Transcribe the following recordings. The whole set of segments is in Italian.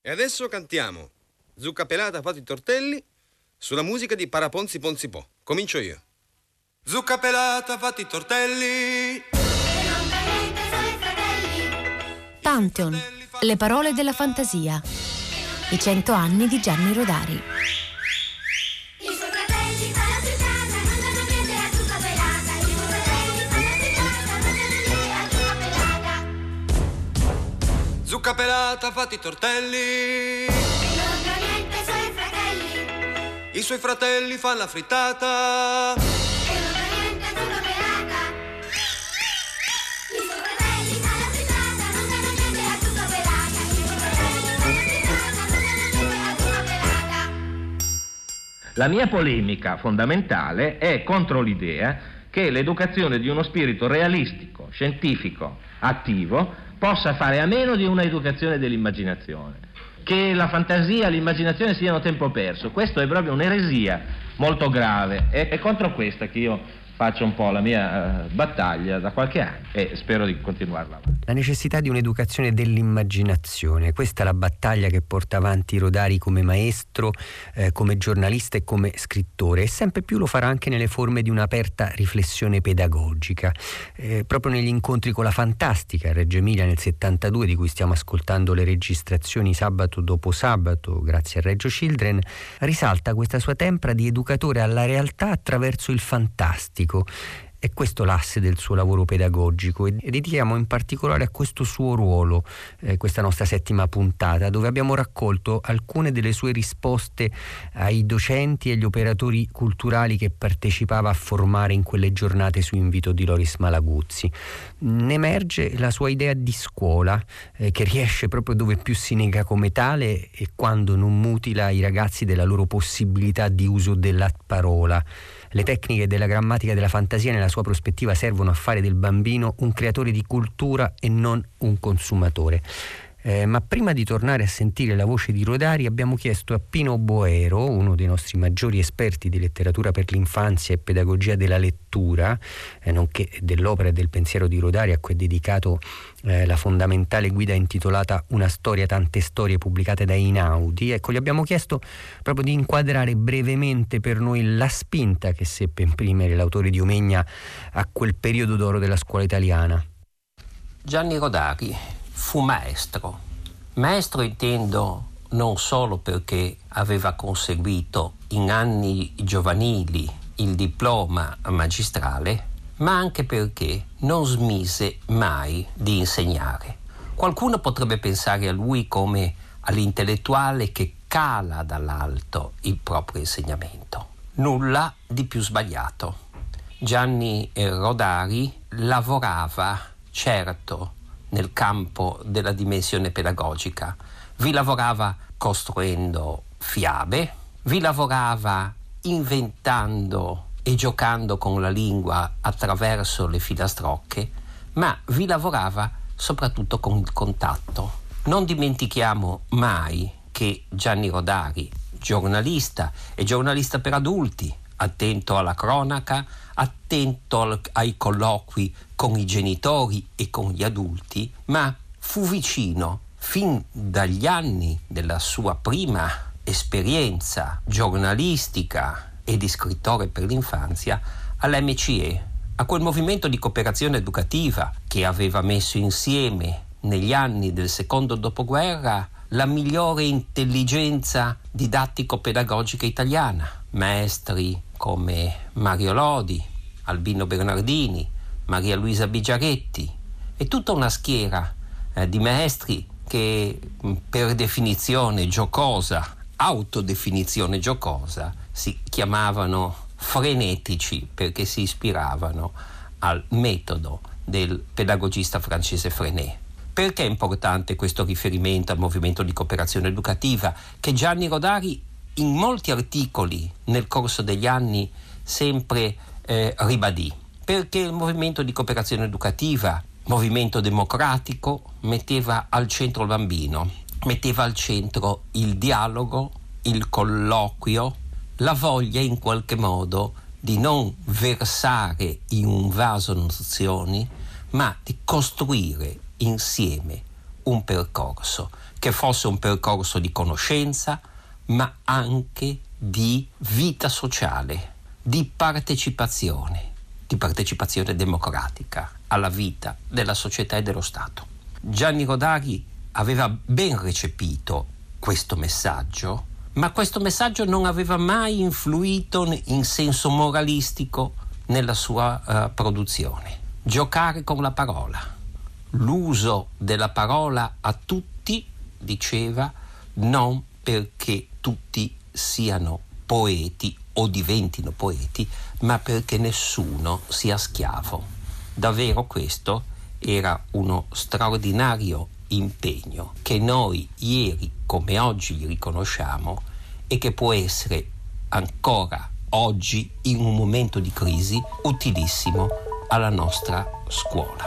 E adesso cantiamo Zucca pelata fate i tortelli sulla musica di Paraponzi Ponzi Po. Comincio io. Zucca pelata fate i tortelli. Pantheon, le parole della fantasia. I 100 anni di Gianni Rodari. Zucca pelata fate i tortelli. Non fa niente ai suoi fratelli. I suoi fratelli fanno la frittata. E non fa niente a zucca pelata. I suoi fratelli fanno la frittata. Non fanno niente a zucca pelata. I suoi fratelli fanno la frittata. Non fanno niente a zucca pelata. La mia polemica fondamentale è contro l'idea che l'educazione di uno spirito realistico, scientifico, attivo possa fare a meno di una educazione dell'immaginazione, che la fantasia e l'immaginazione siano tempo perso. Questo è proprio un'eresia molto grave, è contro questa che io faccio un po' la mia battaglia da qualche anno e spero di continuarla. La necessità di un'educazione dell'immaginazione, questa è la battaglia che porta avanti Rodari come maestro, come giornalista e come scrittore, e sempre più lo farà anche nelle forme di un'aperta riflessione pedagogica. Proprio negli incontri con la Fantastica a Reggio Emilia nel 72, di cui stiamo ascoltando le registrazioni sabato dopo sabato grazie a Reggio Children, risalta questa sua tempra di educatore alla realtà attraverso il fantastico. È questo l'asse del suo lavoro pedagogico e dedichiamo in particolare a questo suo ruolo questa nostra settima puntata, dove abbiamo raccolto alcune delle sue risposte ai docenti e agli operatori culturali che partecipava a formare in quelle giornate su invito di Loris Malaguzzi. Ne emerge la sua idea di scuola che riesce proprio dove più si nega come tale e quando non mutila i ragazzi della loro possibilità di uso della parola. Le tecniche della grammatica della fantasia nella sua prospettiva servono a fare del bambino un creatore di cultura e non un consumatore. Ma prima di tornare a sentire la voce di Rodari abbiamo chiesto a Pino Boero, uno dei nostri maggiori esperti di letteratura per l'infanzia e pedagogia della lettura, nonché dell'opera e del pensiero di Rodari, a cui è dedicato la fondamentale guida intitolata Una storia, tante storie, pubblicate da Einaudi. Ecco, gli abbiamo chiesto proprio di inquadrare brevemente per noi la spinta che seppe imprimere l'autore di Omegna a quel periodo d'oro della scuola italiana. Gianni Rodari fu maestro intendo non solo perché aveva conseguito in anni giovanili il diploma magistrale, ma anche perché non smise mai di insegnare. Qualcuno potrebbe pensare a lui come all'intellettuale che cala dall'alto il proprio insegnamento. Nulla di più sbagliato. Gianni Rodari lavorava, certo, nel campo della dimensione pedagogica. Vi lavorava costruendo fiabe, vi lavorava inventando e giocando con la lingua attraverso le filastrocche, ma vi lavorava soprattutto con il contatto. Non dimentichiamo mai che Gianni Rodari, giornalista e giornalista per adulti, attento alla cronaca, attento ai colloqui con i genitori e con gli adulti, ma fu vicino fin dagli anni della sua prima esperienza giornalistica e di scrittore per l'infanzia all'MCE, a quel movimento di cooperazione educativa che aveva messo insieme negli anni del secondo dopoguerra la migliore intelligenza didattico-pedagogica italiana, maestri come Mario Lodi, Albino Bernardini, Maria Luisa Bigiaretti e tutta una schiera di maestri che per definizione giocosa, autodefinizione giocosa, si chiamavano frenetici perché si ispiravano al metodo del pedagogista francese Freinet. Perché è importante questo riferimento al movimento di cooperazione educativa che Gianni Rodari in molti articoli nel corso degli anni sempre ribadì? Perché il movimento di cooperazione educativa, movimento democratico, metteva al centro il bambino, metteva al centro il dialogo, il colloquio, la voglia in qualche modo di non versare in un vaso nozioni, ma di costruire insieme un percorso che fosse un percorso di conoscenza, ma anche di vita sociale, di partecipazione democratica alla vita della società e dello Stato. Gianni Rodari aveva ben recepito questo messaggio, ma questo messaggio non aveva mai influito in senso moralistico nella sua produzione. Giocare con la parola, l'uso della parola a tutti, diceva, non perché tutti siano poeti o diventino poeti, ma perché nessuno sia schiavo. Davvero questo era uno straordinario impegno che noi ieri come oggi gli riconosciamo e che può essere ancora oggi, in un momento di crisi, utilissimo alla nostra scuola.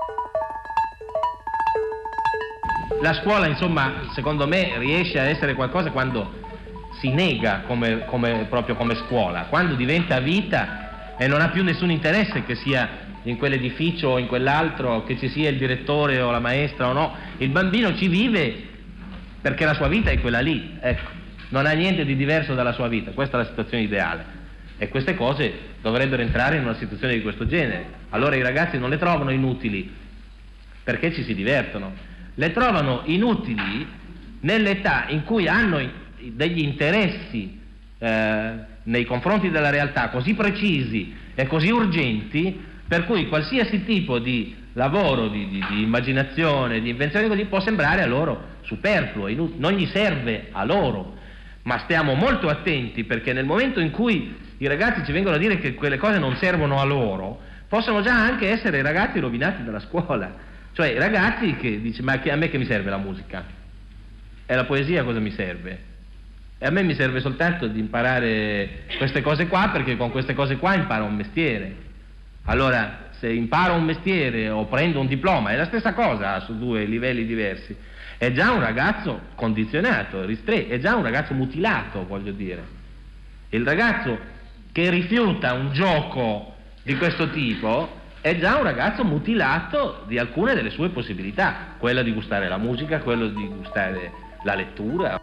La scuola, insomma, secondo me riesce a essere qualcosa quando si nega proprio come scuola, quando diventa vita e non ha più nessun interesse che sia in quell'edificio o in quell'altro, che ci sia il direttore o la maestra o no. Il bambino ci vive perché la sua vita è quella lì, ecco, non ha niente di diverso dalla sua vita. Questa è la situazione ideale e queste cose dovrebbero entrare in una situazione di questo genere. Allora i ragazzi non le trovano inutili perché ci si divertono, le trovano inutili nell'età in cui hanno degli interessi nei confronti della realtà così precisi e così urgenti, per cui qualsiasi tipo di lavoro, di immaginazione, di invenzione così può sembrare a loro superfluo, non gli serve a loro. Ma stiamo molto attenti, perché nel momento in cui i ragazzi ci vengono a dire che quelle cose non servono a loro, possono già anche essere ragazzi rovinati dalla scuola, cioè ragazzi che dicono: ma a me che mi serve la musica? E la poesia cosa mi serve? E a me mi serve soltanto di imparare queste cose qua, perché con queste cose qua imparo un mestiere. Allora, se imparo un mestiere o prendo un diploma, è la stessa cosa su due livelli diversi. È già un ragazzo condizionato, è già un ragazzo mutilato, voglio dire. Il ragazzo che rifiuta un gioco di questo tipo è già un ragazzo mutilato di alcune delle sue possibilità, quella di gustare la musica, quello di gustare la lettura.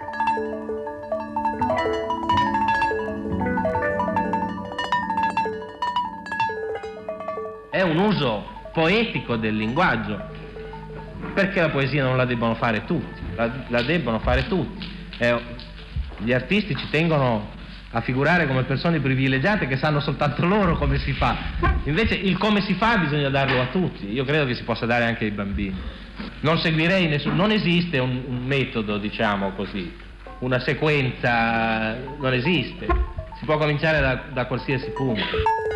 È un uso poetico del linguaggio, perché la poesia non la debbono fare tutti, la debbono fare tutti. Gli artisti ci tengono a figurare come persone privilegiate che sanno soltanto loro come si fa. Invece il come si fa bisogna darlo a tutti. Io credo che si possa dare anche ai bambini. Non seguirei non esiste un metodo, diciamo così, una sequenza, non esiste. Si può cominciare da qualsiasi punto.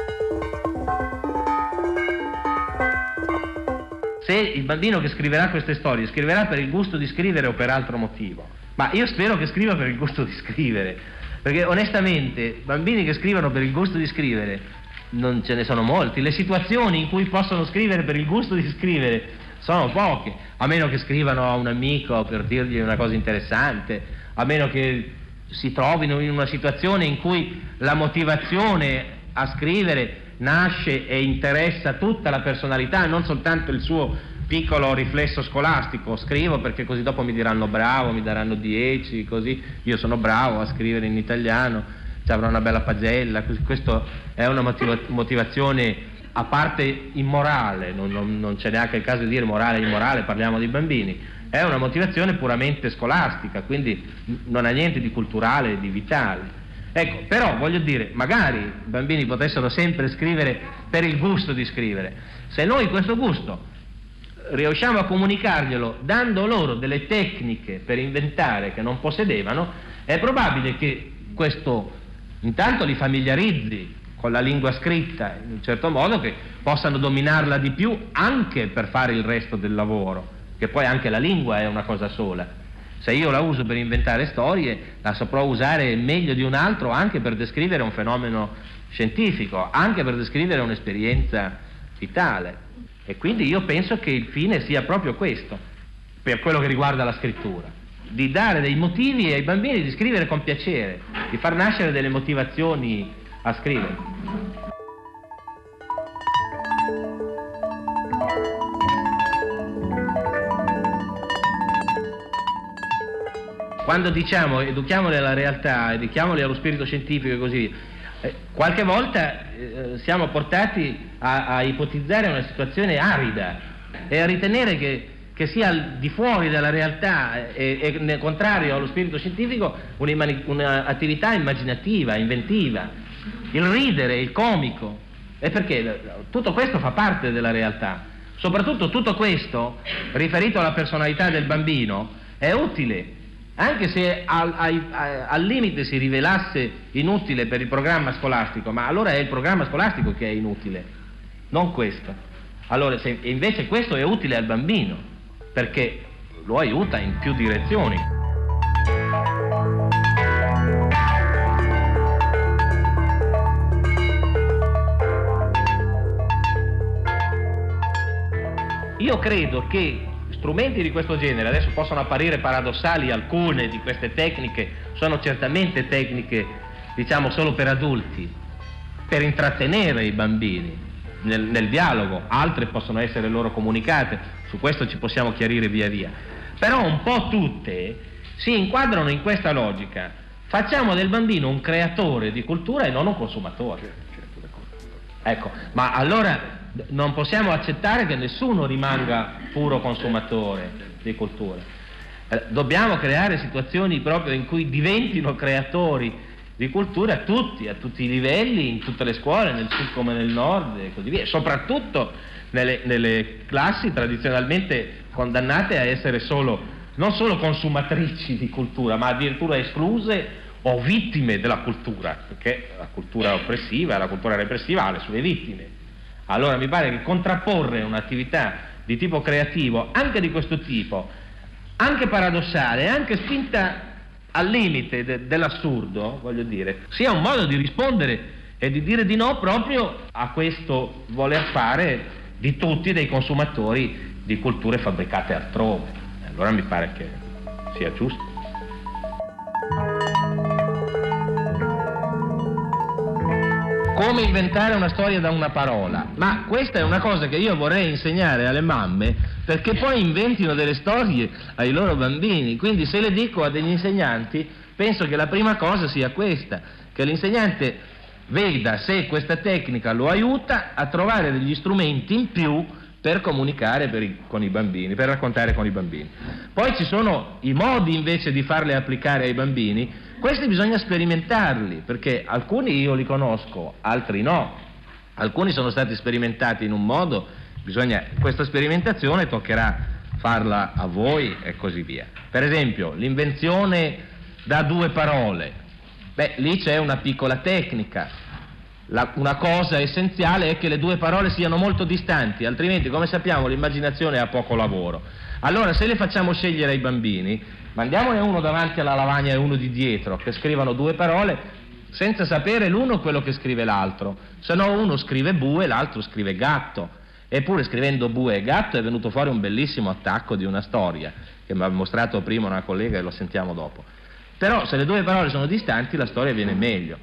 Se il bambino che scriverà queste storie scriverà per il gusto di scrivere o per altro motivo, ma io spero che scriva per il gusto di scrivere, perché onestamente bambini che scrivono per il gusto di scrivere non ce ne sono molti. Le situazioni in cui possono scrivere per il gusto di scrivere sono poche, a meno che scrivano a un amico per dirgli una cosa interessante, a meno che si trovino in una situazione in cui la motivazione a scrivere nasce e interessa tutta la personalità, non soltanto il suo piccolo riflesso scolastico. Scrivo perché così dopo mi diranno bravo, mi daranno 10, così io sono bravo a scrivere in italiano, ci avrò una bella pagella. Questo è una motivazione a parte immorale, non c'è neanche il caso di dire morale e immorale, parliamo di bambini. È una motivazione puramente scolastica, quindi non ha niente di culturale e di vitale. Ecco, però voglio dire, magari i bambini potessero sempre scrivere per il gusto di scrivere. Se noi questo gusto riusciamo a comunicarglielo dando loro delle tecniche per inventare che non possedevano, è probabile che questo intanto li familiarizzi con la lingua scritta in un certo modo, che possano dominarla di più anche per fare il resto del lavoro, che poi anche la lingua è una cosa sola. Se io la uso per inventare storie, la saprò usare meglio di un altro anche per descrivere un fenomeno scientifico, anche per descrivere un'esperienza vitale. E quindi io penso che il fine sia proprio questo, per quello che riguarda la scrittura, di dare dei motivi ai bambini di scrivere con piacere, di far nascere delle motivazioni a scrivere. quando diciamo educhiamoli alla realtà, educhiamoli allo spirito scientifico e così via, qualche volta siamo portati a ipotizzare una situazione arida e a ritenere che sia al di fuori della realtà e nel contrario allo spirito scientifico un'attività immaginativa, inventiva, il ridere, il comico. E perché tutto questo fa parte della realtà. Soprattutto tutto questo, riferito alla personalità del bambino, è utile, anche se al limite si rivelasse inutile per il programma scolastico, ma allora è il programma scolastico che è inutile, non questo. Allora, se invece questo è utile al bambino, perché lo aiuta in più direzioni. Io credo che strumenti di questo genere, adesso possono apparire paradossali, alcune di queste tecniche sono certamente tecniche, diciamo, solo per adulti, per intrattenere i bambini nel dialogo, altre possono essere loro comunicate, su questo ci possiamo chiarire via via, però un po' tutte si inquadrano in questa logica: facciamo del bambino un creatore di cultura e non un consumatore. Ecco, ma allora non possiamo accettare che nessuno rimanga puro consumatore di cultura. Dobbiamo creare situazioni proprio in cui diventino creatori di cultura a tutti i livelli, in tutte le scuole, nel sud come nel nord e così via, soprattutto nelle classi tradizionalmente condannate a essere non solo consumatrici di cultura, ma addirittura escluse o vittime della cultura, perché la cultura oppressiva, la cultura repressiva ha le sue vittime. Allora mi pare che contrapporre un'attività di tipo creativo, anche di questo tipo, anche paradossale, anche spinta al limite dell'assurdo, voglio dire, sia un modo di rispondere e di dire di no proprio a questo voler fare di tutti dei consumatori di culture fabbricate altrove. Allora mi pare che sia giusto. Come inventare una storia da una parola? Ma questa è una cosa che io vorrei insegnare alle mamme, perché poi inventino delle storie ai loro bambini. Quindi se le dico a degli insegnanti, penso che la prima cosa sia questa, che l'insegnante veda se questa tecnica lo aiuta a trovare degli strumenti in più per comunicare con i bambini, per raccontare con i bambini. Poi ci sono i modi invece di farle applicare ai bambini. Questi bisogna sperimentarli, perché alcuni io li conosco, altri no. Alcuni sono stati sperimentati in un modo, questa sperimentazione toccherà farla a voi e così via. Per esempio, l'invenzione da due parole. Lì c'è una piccola tecnica. Una cosa essenziale è che le due parole siano molto distanti, altrimenti, come sappiamo, l'immaginazione ha poco lavoro. Allora, se le facciamo scegliere ai bambini, mandiamone uno davanti alla lavagna e uno di dietro, che scrivano due parole senza sapere l'uno quello che scrive l'altro. Se no uno scrive bue e l'altro scrive gatto. Eppure scrivendo bue e gatto è venuto fuori un bellissimo attacco di una storia, che mi ha mostrato prima una collega e lo sentiamo dopo. Però se le due parole sono distanti la storia viene meglio.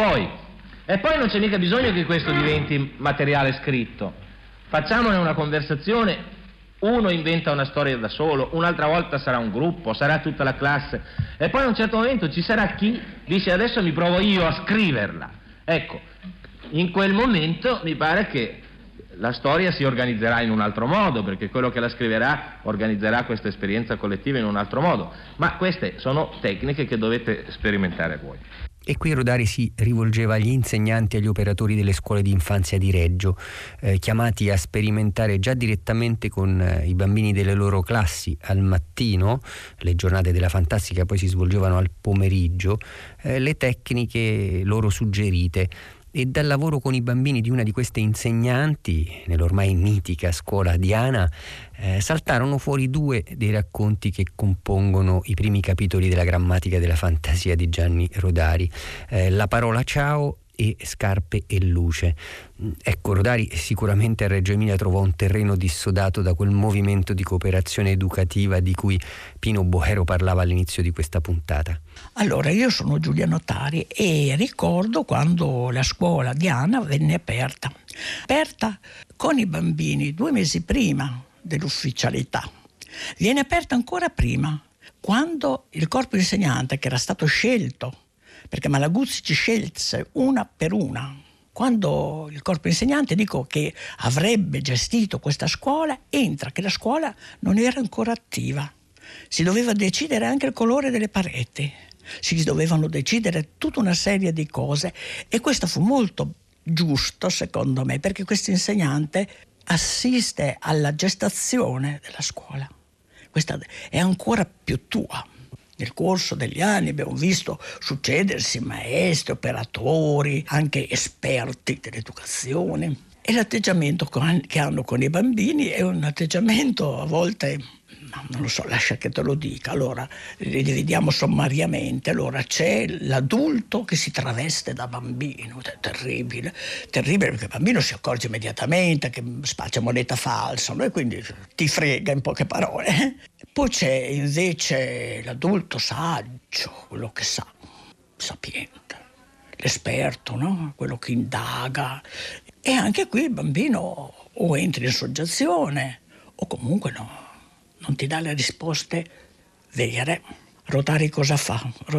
E poi non c'è mica bisogno che questo diventi materiale scritto. Facciamone una conversazione. Uno inventa una storia da solo, un'altra volta sarà un gruppo, sarà tutta la classe, e poi a un certo momento ci sarà chi dice adesso mi provo io a scriverla. Ecco, in quel momento mi pare che la storia si organizzerà in un altro modo, perché quello che la scriverà organizzerà questa esperienza collettiva in un altro modo. Ma queste sono tecniche che dovete sperimentare voi. E qui Rodari si rivolgeva agli insegnanti e agli operatori delle scuole di infanzia di Reggio, chiamati a sperimentare già direttamente con i bambini delle loro classi al mattino. Le giornate della Fantastica poi si svolgevano al pomeriggio, le tecniche loro suggerite. E dal lavoro con i bambini di una di queste insegnanti, nell'ormai mitica scuola Diana, saltarono fuori due dei racconti che compongono i primi capitoli della Grammatica della Fantasia di Gianni Rodari, La parola ciao e Scarpe e luce. Ecco, Rodari sicuramente a Reggio Emilia trovò un terreno dissodato da quel movimento di cooperazione educativa di cui Pino Boero parlava all'inizio di questa puntata. Allora, io sono Giulia Notari e ricordo quando la scuola Diana venne aperta con i bambini 2 mesi prima dell'ufficialità. Viene aperta ancora prima, Quando il corpo insegnante, che era stato scelto, perché Malaguzzi ci scelse una per una, quando il corpo insegnante, dico, che avrebbe gestito questa scuola, entra che la scuola non era ancora attiva. Si doveva decidere anche il colore delle pareti, si dovevano decidere tutta una serie di cose, e questo fu molto giusto secondo me, perché questo insegnante assiste alla gestazione della scuola. Questa è ancora più tua. Nel corso degli anni abbiamo visto succedersi maestri, operatori, anche esperti dell'educazione, e l'atteggiamento che hanno con i bambini è un atteggiamento a volte, non lo so, lascia che te lo dica. Allora, li dividiamo sommariamente. Allora, c'è l'adulto che si traveste da bambino, è terribile, perché il bambino si accorge immediatamente che spaccia moneta falsa, no? E quindi ti frega, in poche parole. Poi c'è invece l'adulto saggio, quello che sa, sapiente, l'esperto, no? Quello che indaga. E anche qui il bambino o entra in soggezione o comunque non ti dà le risposte vere. Rodari cosa fa?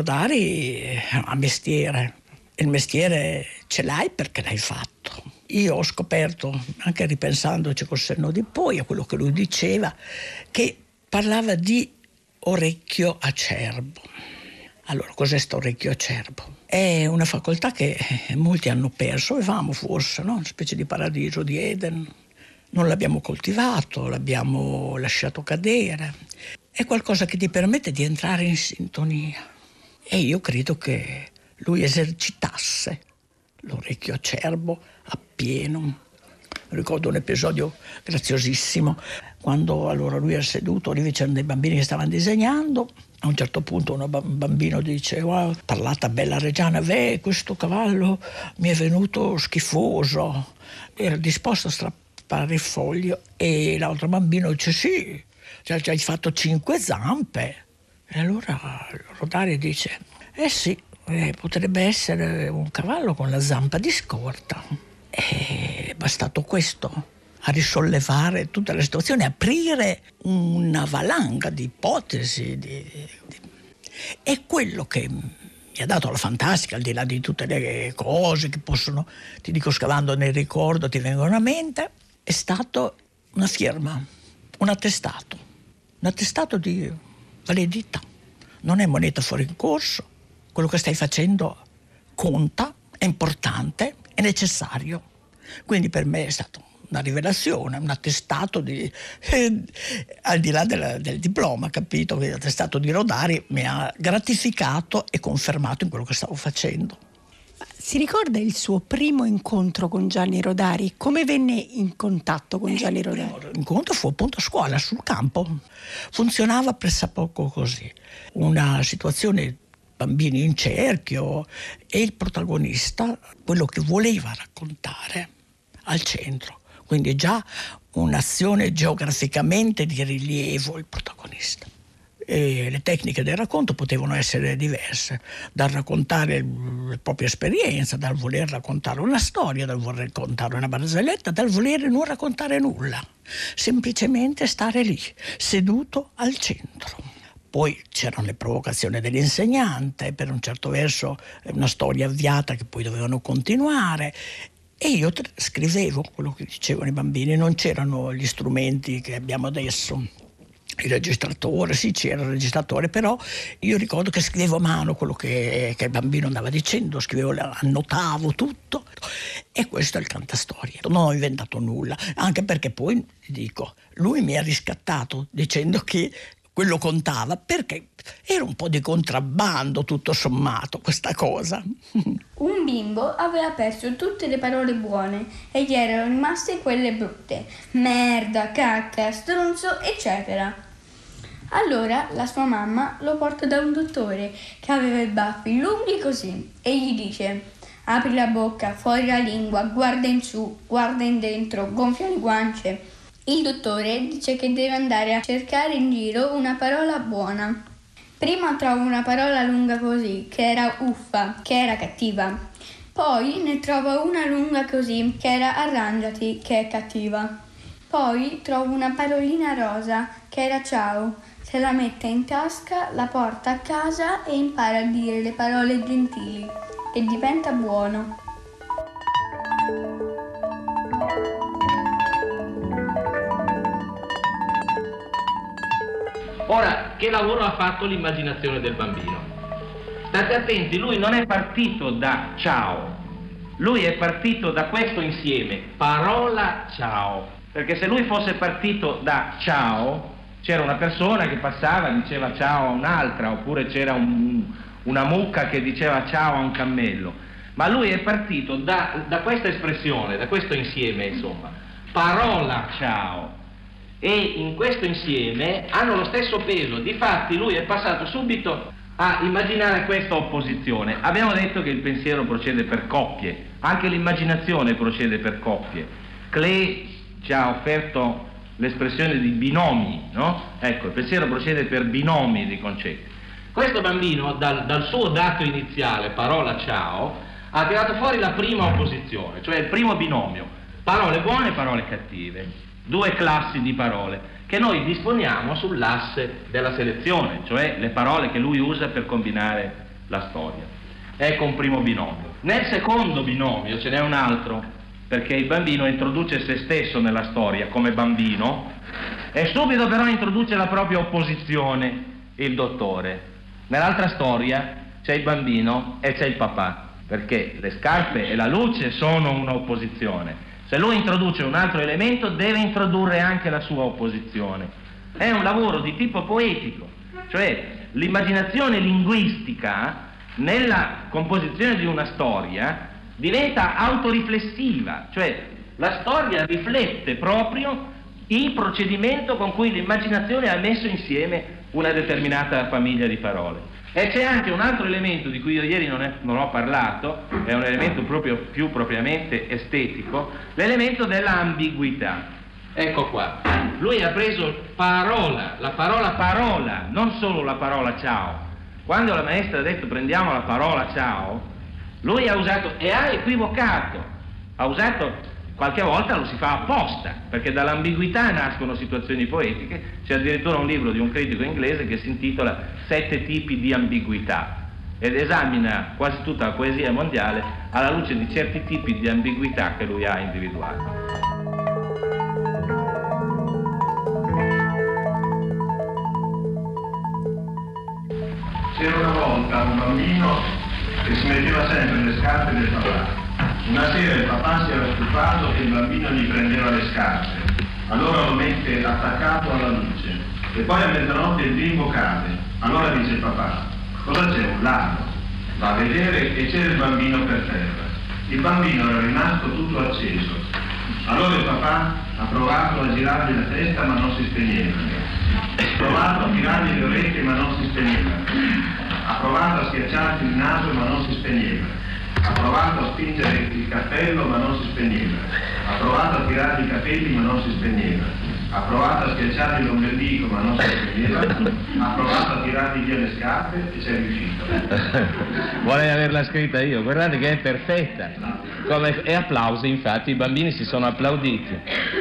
Rodari ha mestiere, e il mestiere ce l'hai perché l'hai fatto. Io ho scoperto, anche ripensandoci col senno di poi, a quello che lui diceva, che parlava di orecchio acerbo. Allora, cos'è sto orecchio acerbo? È una facoltà che molti hanno perso, avevamo forse, no? Una specie di paradiso di Eden. Non l'abbiamo coltivato, l'abbiamo lasciato cadere. È qualcosa che ti permette di entrare in sintonia. E io credo che lui esercitasse l'orecchio acerbo appieno. Ricordo un episodio graziosissimo, quando allora lui era seduto, lì c'erano dei bambini che stavano disegnando. A un certo punto un bambino dice: wow, parlata bella Reggiana, questo cavallo mi è venuto schifoso. Era disposto a strappare il foglio, e l'altro bambino dice: sì, cioè, hai fatto 5 zampe. E allora Rodari dice: sì, potrebbe essere un cavallo con la zampa di scorta. È bastato questo a risollevare tutta la situazione, aprire una valanga di ipotesi. È quello che mi ha dato la fantastica, al di là di tutte le cose che possono, ti dico, scavando nel ricordo, ti vengono a mente, è stato una firma, un attestato di validità. Non è moneta fuori in corso, quello che stai facendo conta, è importante, è necessario. Quindi per me è stato una rivelazione, un attestato al di là del diploma, capito? L'attestato di Rodari mi ha gratificato e confermato in quello che stavo facendo. Si ricorda il suo primo incontro con Gianni Rodari? Come venne in contatto con Gianni Rodari? L'incontro fu appunto a scuola, sul campo. Funzionava pressappoco così. Una situazione, bambini in cerchio, e il protagonista, quello che voleva raccontare, al centro. Quindi già un'azione geograficamente di rilievo, il protagonista. E le tecniche del racconto potevano essere diverse, dal raccontare la propria esperienza, dal voler raccontare una storia, dal voler raccontare una barzelletta, dal voler non raccontare nulla, semplicemente stare lì, seduto al centro. Poi c'erano le provocazioni dell'insegnante, per un certo verso una storia avviata che poi dovevano continuare. E io scrivevo quello che dicevano i bambini. Non c'erano gli strumenti che abbiamo adesso, il registratore, sì, c'era il registratore, però io ricordo che scrivevo a mano quello che il bambino andava dicendo, annotavo tutto. E questo è il cantastorie. Non ho inventato nulla, anche perché poi, dico, lui mi ha riscattato dicendo che quello contava, perché era un po' di contrabbando tutto sommato questa cosa. Un bimbo aveva perso tutte le parole buone e gli erano rimaste quelle brutte: merda, cacca, stronzo, eccetera. Allora la sua mamma lo porta da un dottore che aveva i baffi lunghi così e gli dice: apri la bocca, fuori la lingua, guarda in su, guarda in dentro, gonfia le guance. Il dottore dice che deve andare a cercare in giro una parola buona. Prima trova una parola lunga così, che era uffa, che era cattiva. Poi ne trova una lunga così, che era arrangiati, che è cattiva. Poi trova una parolina rosa, che era ciao, se la mette in tasca, la porta a casa e impara a dire le parole gentili e diventa buono. Ora, che lavoro ha fatto l'immaginazione del bambino? State attenti, lui non è partito da ciao, lui è partito da questo insieme, parola ciao. Perché se lui fosse partito da ciao, c'era una persona che passava e diceva ciao a un'altra, oppure c'era una mucca che diceva ciao a un cammello. Ma lui è partito da questa espressione, da questo insieme, insomma, parola ciao. E in questo insieme hanno lo stesso peso. Difatti lui è passato subito a immaginare questa opposizione. Abbiamo detto che il pensiero procede per coppie, anche l'immaginazione procede per coppie. Klee ci ha offerto l'espressione di binomi, no? Ecco, il pensiero procede per binomi di concetti. Questo bambino, dal suo dato iniziale, parola ciao, ha tirato fuori la prima opposizione, cioè il primo binomio, parole buone e parole cattive. Due classi di parole che noi disponiamo sull'asse della selezione, cioè le parole che lui usa per combinare la storia. Ecco un primo binomio. Nel secondo binomio ce n'è un altro, perché il bambino introduce se stesso nella storia come bambino e subito però introduce la propria opposizione, il dottore. Nell'altra storia c'è il bambino e c'è il papà, perché le scarpe e la luce sono un'opposizione. Se lui introduce un altro elemento, deve introdurre anche la sua opposizione. È un lavoro di tipo poetico, cioè l'immaginazione linguistica nella composizione di una storia diventa autoriflessiva, cioè la storia riflette proprio il procedimento con cui l'immaginazione ha messo insieme una determinata famiglia di parole. E c'è anche un altro elemento di cui io ieri non ho parlato, è un elemento proprio più propriamente estetico, l'elemento dell'ambiguità. Ecco qua, lui ha preso parola, la parola parola, non solo la parola ciao. Quando la maestra ha detto prendiamo la parola ciao, lui ha usato e ha equivocato, ha usato, qualche volta lo si fa apposta, perché dall'ambiguità nascono situazioni poetiche. C'è addirittura un libro di un critico inglese che si intitola 7 tipi di ambiguità ed esamina quasi tutta la poesia mondiale alla luce di certi tipi di ambiguità che lui ha individuato. C'era una volta un bambino che si metteva sempre le scarpe del papà. Una sera il papà si era stufato che il bambino gli prendeva le scarpe, allora lo mette attaccato alla luce e poi a mezzanotte il bimbo cade. Allora dice il papà: cosa c'è, un ladro? Va a vedere e c'era il bambino per terra. Il bambino era rimasto tutto acceso. Allora il papà ha provato a girargli la testa ma non si spegneva, ha provato a tirargli le orecchie ma non si spegneva, ha provato a schiacciargli il naso ma non si spegneva, ha provato a spingere il cappello ma non si spegneva, ha provato a tirargli i capelli ma non si spegneva, ha provato a schiacciargli l'ombelico ma non si spegneva, ha provato a tirargli via le scarpe e ci è riuscito. Vorrei averla scritta io, guardate che è perfetta. E applausi, infatti i bambini si sono applauditi,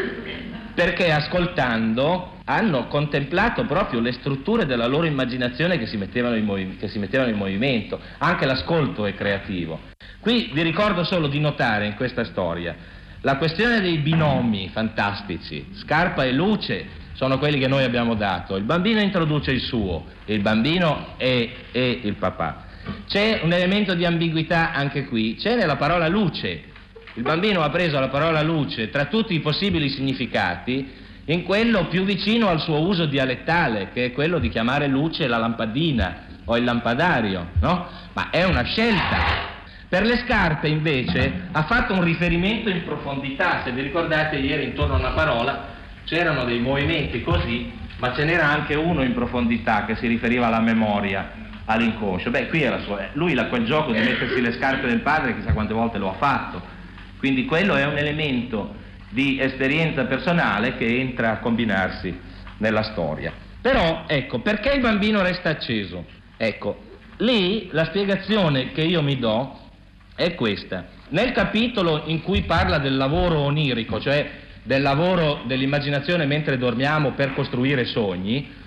perché ascoltando hanno contemplato proprio le strutture della loro immaginazione che si mettevano in movimento. Anche l'ascolto è creativo. Qui vi ricordo solo di notare in questa storia la questione dei binomi fantastici. Scarpa e luce sono quelli che noi abbiamo dato. Il bambino introduce il suo, il bambino è il papà. C'è un elemento di ambiguità anche qui, c'è nella parola luce. Il bambino ha preso la parola luce tra tutti i possibili significati in quello più vicino al suo uso dialettale, che è quello di chiamare luce la lampadina o il lampadario, no? Ma è una scelta. Per le scarpe invece ha fatto un riferimento in profondità. Se vi ricordate, ieri intorno a una parola c'erano dei movimenti così, ma ce n'era anche uno in profondità che si riferiva alla memoria, all'inconscio. Beh, qui era lui quel gioco di mettersi le scarpe del padre, chissà quante volte lo ha fatto. Quindi quello è un elemento di esperienza personale che entra a combinarsi nella storia. Però, ecco, perché il bambino resta acceso? Ecco, lì la spiegazione che io mi do è questa. Nel capitolo in cui parla del lavoro onirico, cioè del lavoro dell'immaginazione mentre dormiamo per costruire sogni,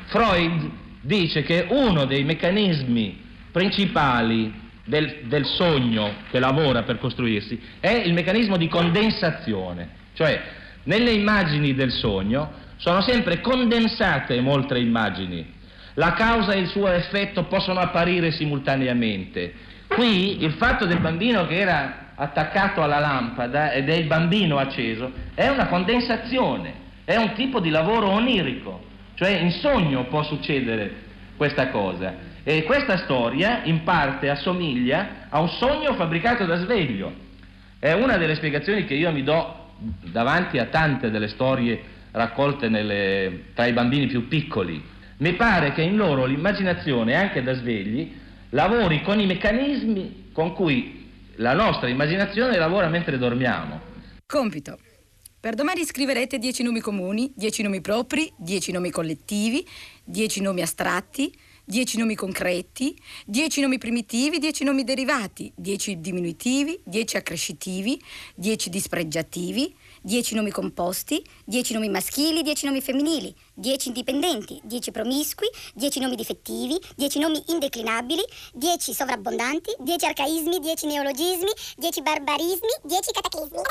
Freud dice che uno dei meccanismi principali del sogno che lavora per costruirsi è il meccanismo di condensazione, cioè nelle immagini del sogno sono sempre condensate molte immagini, la causa e il suo effetto possono apparire simultaneamente. Qui il fatto del bambino che era attaccato alla lampada ed è il bambino acceso è una condensazione, è un tipo di lavoro onirico, cioè in sogno può succedere questa cosa. E questa storia in parte assomiglia a un sogno fabbricato da sveglio. È una delle spiegazioni che io mi do davanti a tante delle storie raccolte tra i bambini più piccoli. Mi pare che in loro l'immaginazione, anche da svegli, lavori con i meccanismi con cui la nostra immaginazione lavora mentre dormiamo. Compito. Per domani scriverete 10 nomi comuni, 10 nomi propri, 10 nomi collettivi, 10 nomi astratti, 10 nomi concreti, 10 nomi primitivi, 10 nomi derivati, 10 diminutivi, 10 accrescitivi, 10 dispregiativi, 10 nomi composti, 10 nomi maschili, 10 nomi femminili, 10 indipendenti, 10 promiscui, 10 nomi difettivi, 10 nomi indeclinabili, 10 sovrabbondanti, 10 arcaismi, 10 neologismi, 10 barbarismi, 10 cataclismi.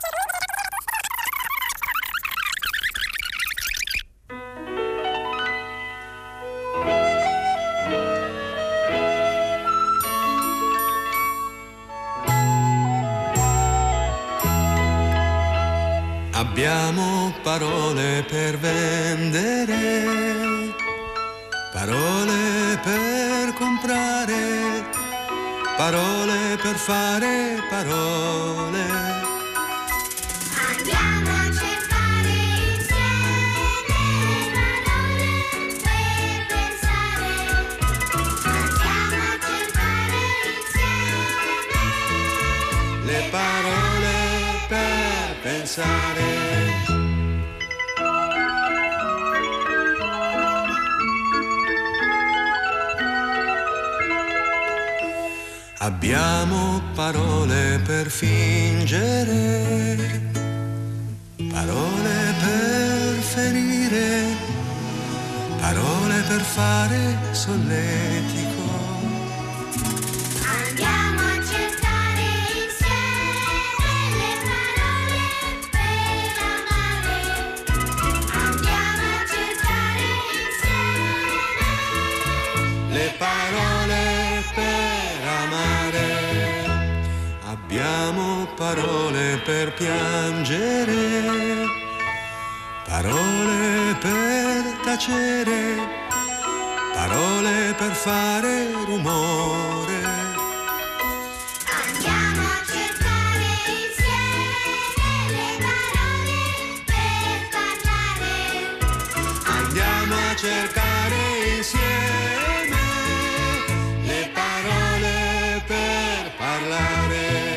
Abbiamo parole per vendere, parole per comprare, parole per fare parole. Andiamo a cercare insieme parole per pensare. Andiamo a cercare insieme Le parole per pensare. Abbiamo parole per fingere, parole per ferire, parole per fare solletico. Andiamo a cercare insieme le parole per amare. Andiamo a cercare insieme Le parole per amare. Abbiamo parole per piangere, parole per tacere, parole per fare rumore. Andiamo a cercare insieme le parole per parlare. Andiamo a cercare insieme le parole per parlare.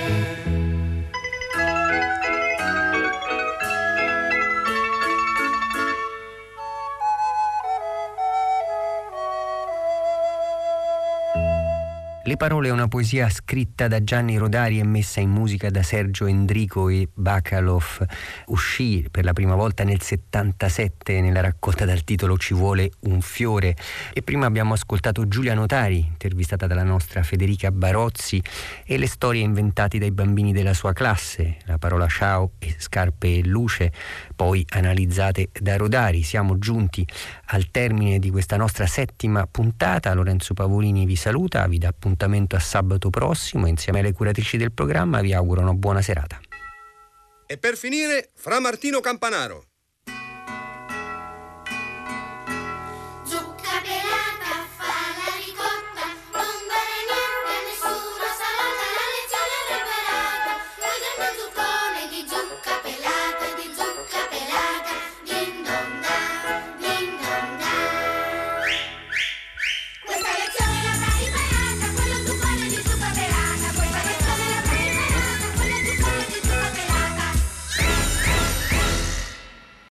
Le parole è una poesia scritta da Gianni Rodari e messa in musica da Sergio Endrico e Bacalov. Uscì per la prima volta nel 77 nella raccolta dal titolo Ci vuole un fiore. E prima abbiamo ascoltato Giulia Notari, intervistata dalla nostra Federica Barozzi, e le storie inventate dai bambini della sua classe, la parola ciao e scarpe e luce, poi analizzate da Rodari. Siamo giunti al termine di questa nostra settima puntata. Lorenzo Pavolini vi saluta, vi dà appuntamento a sabato prossimo. Insieme alle curatrici del programma vi auguro una buona serata. E per finire, Fra Martino Campanaro.